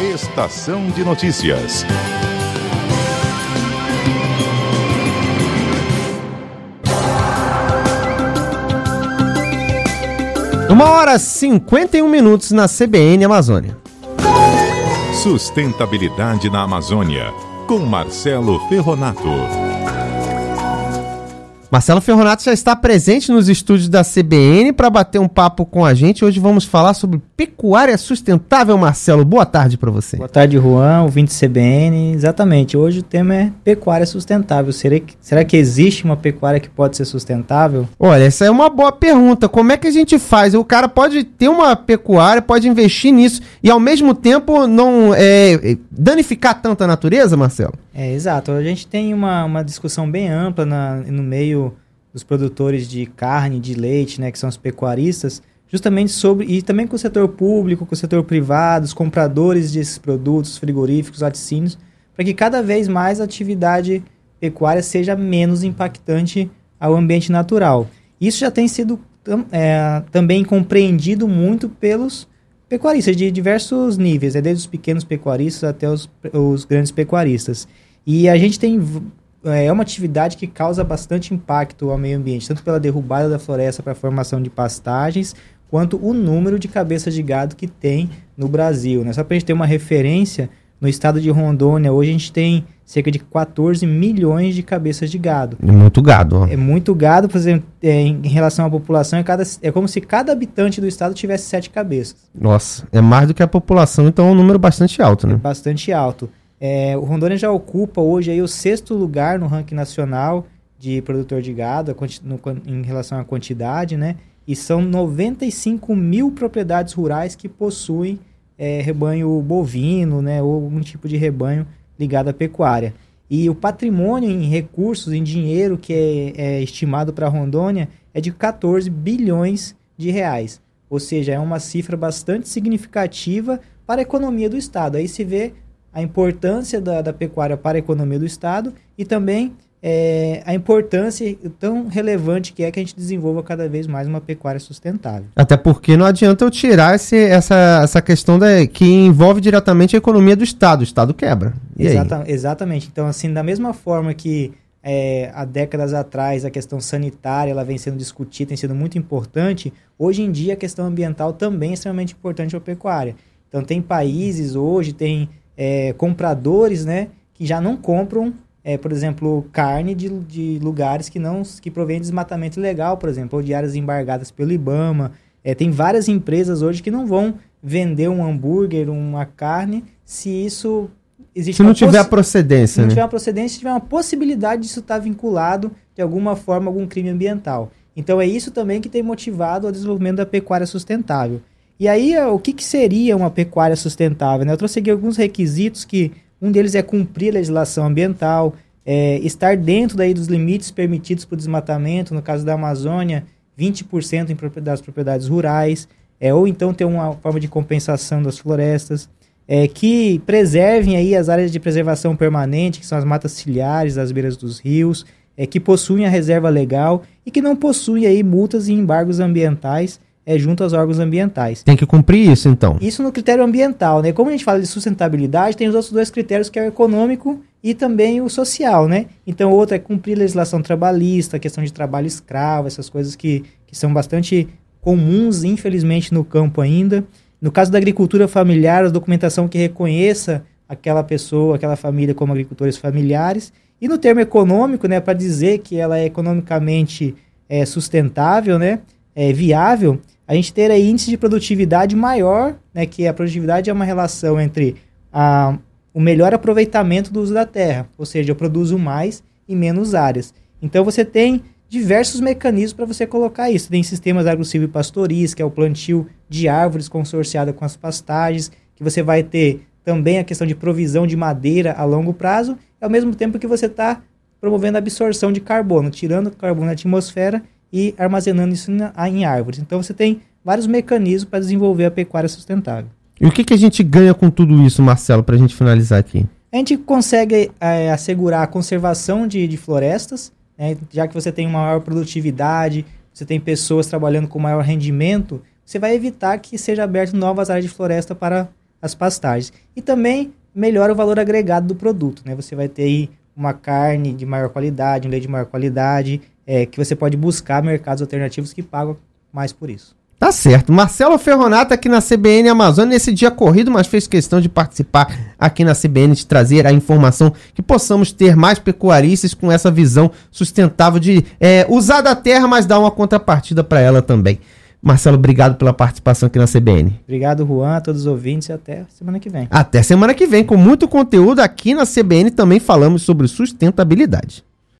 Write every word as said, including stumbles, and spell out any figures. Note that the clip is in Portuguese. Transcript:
Estação de Notícias. Uma hora e cinquenta e um minutos na C B N Amazônia. Sustentabilidade na Amazônia, com Marcelo Ferronato. Marcelo Ferronato já está presente nos estúdios da C B N para bater um papo com a gente. Hoje vamos falar sobre pecuária sustentável. Marcelo, boa tarde para você. Boa tarde, Juan, ouvinte C B N. Exatamente, hoje o tema é pecuária sustentável. Será que, será que existe uma pecuária que pode ser sustentável? Olha, essa é uma boa pergunta. Como é que a gente faz? O cara pode ter uma pecuária, pode investir nisso e ao mesmo tempo não é, danificar tanto a natureza, Marcelo? É, exato. A gente tem uma, uma discussão bem ampla na, no meio dos produtores de carne, de leite, né, que são os pecuaristas, justamente sobre, e também com o setor público, com o setor privado, os compradores desses produtos, frigoríficos, laticínios, para que cada vez mais a atividade pecuária seja menos impactante ao ambiente natural. Isso já tem sido é, também compreendido muito pelos pecuaristas de diversos níveis, né, desde os pequenos pecuaristas até os, os grandes pecuaristas. E a gente tem... É uma atividade que causa bastante impacto ao meio ambiente, tanto pela derrubada da floresta para a formação de pastagens, quanto o número de cabeças de gado que tem no Brasil, né? Só para a gente ter uma referência, no estado de Rondônia, hoje a gente tem cerca de quatorze milhões de cabeças de gado. É muito gado. Ó. É muito gado, por exemplo, é, em relação à população, é, cada, é como se cada habitante do estado tivesse sete cabeças. Nossa, é mais do que a população, então é um número bastante alto, né? É bastante alto. É, o Rondônia já ocupa hoje aí o sexto lugar no ranking nacional de produtor de gado no, em relação à quantidade, né? E são noventa e cinco mil propriedades rurais que possuem é, rebanho bovino, né? Ou algum tipo de rebanho ligado à pecuária. E o patrimônio em recursos, em dinheiro que é, é estimado para Rondônia é de quatorze bilhões de reais. Ou seja, é uma cifra bastante significativa para a economia do estado. Aí se vê a importância da, da pecuária para a economia do estado e também é, a importância tão relevante que é que a gente desenvolva cada vez mais uma pecuária sustentável. Até porque não adianta eu tirar esse, essa, essa questão da, que envolve diretamente a economia do estado. O estado quebra. E Exata, exatamente. Então, assim, da mesma forma que é, há décadas atrás a questão sanitária ela vem sendo discutida, tem sido muito importante, hoje em dia a questão ambiental também é extremamente importante para a pecuária. Então, tem países hoje, tem É, compradores, né, que já não compram, é, por exemplo, carne de, de lugares que não que provém de desmatamento ilegal, por exemplo, ou de áreas embargadas pelo IBAMA. É, tem várias empresas hoje que não vão vender um hambúrguer, uma carne, se isso existe. Se não tiver a procedência, Se não né? tiver uma procedência, se tiver uma possibilidade disso estar vinculado de alguma forma a algum crime ambiental. Então é isso também que tem motivado o desenvolvimento da pecuária sustentável. E aí, o que, que seria uma pecuária sustentável? Né? Eu trouxe aqui alguns requisitos que um deles é cumprir a legislação ambiental, é, estar dentro daí dos limites permitidos para o desmatamento, no caso da Amazônia, vinte por cento em propriedades, das propriedades rurais, é, ou então ter uma forma de compensação das florestas, é, que preservem aí as áreas de preservação permanente, que são as matas ciliares, as beiras dos rios, é, que possuem a reserva legal e que não possuem aí multas e embargos ambientais, É, junto aos órgãos ambientais. Tem que cumprir isso, então? Isso no critério ambiental, né? Como a gente fala de sustentabilidade, tem os outros dois critérios, que é o econômico e também o social, né? Então, outro é cumprir a legislação trabalhista, a questão de trabalho escravo, essas coisas que, que são bastante comuns, infelizmente, no campo ainda. No caso da agricultura familiar, a documentação que reconheça aquela pessoa, aquela família como agricultores familiares. E no termo econômico, né, para dizer que ela é economicamente é, sustentável, né, é viável, a gente ter aí índice de produtividade maior, né, que a produtividade é uma relação entre a, o melhor aproveitamento do uso da terra, ou seja, eu produzo mais em menos áreas. Então você tem diversos mecanismos para você colocar isso. Tem sistemas agro-silvopastoris, que é o plantio de árvores consorciada com as pastagens, que você vai ter também a questão de provisão de madeira a longo prazo, ao mesmo tempo que você está promovendo a absorção de carbono, tirando o carbono da atmosfera e armazenando isso em árvores. Então você tem vários mecanismos para desenvolver a pecuária sustentável. E o que, que a gente ganha com tudo isso, Marcelo, para a gente finalizar aqui? A gente consegue é, assegurar a conservação de, de florestas, né, já que você tem uma maior produtividade, você tem pessoas trabalhando com maior rendimento, você vai evitar que seja aberto novas áreas de floresta para as pastagens. E também melhora o valor agregado do produto, né? Você vai ter aí uma carne de maior qualidade, um leite de maior qualidade, é, que você pode buscar mercados alternativos que pagam mais por isso. Tá certo. Marcelo Ferronato aqui na C B N Amazônia, nesse dia corrido, mas fez questão de participar aqui na C B N, de trazer a informação que possamos ter mais pecuaristas com essa visão sustentável de é, usar da terra, mas dar uma contrapartida para ela também. Marcelo, obrigado pela participação aqui na C B N. Obrigado, Juan, a todos os ouvintes e até semana que vem. Até semana que vem, com muito conteúdo aqui na C B N, também falamos sobre sustentabilidade.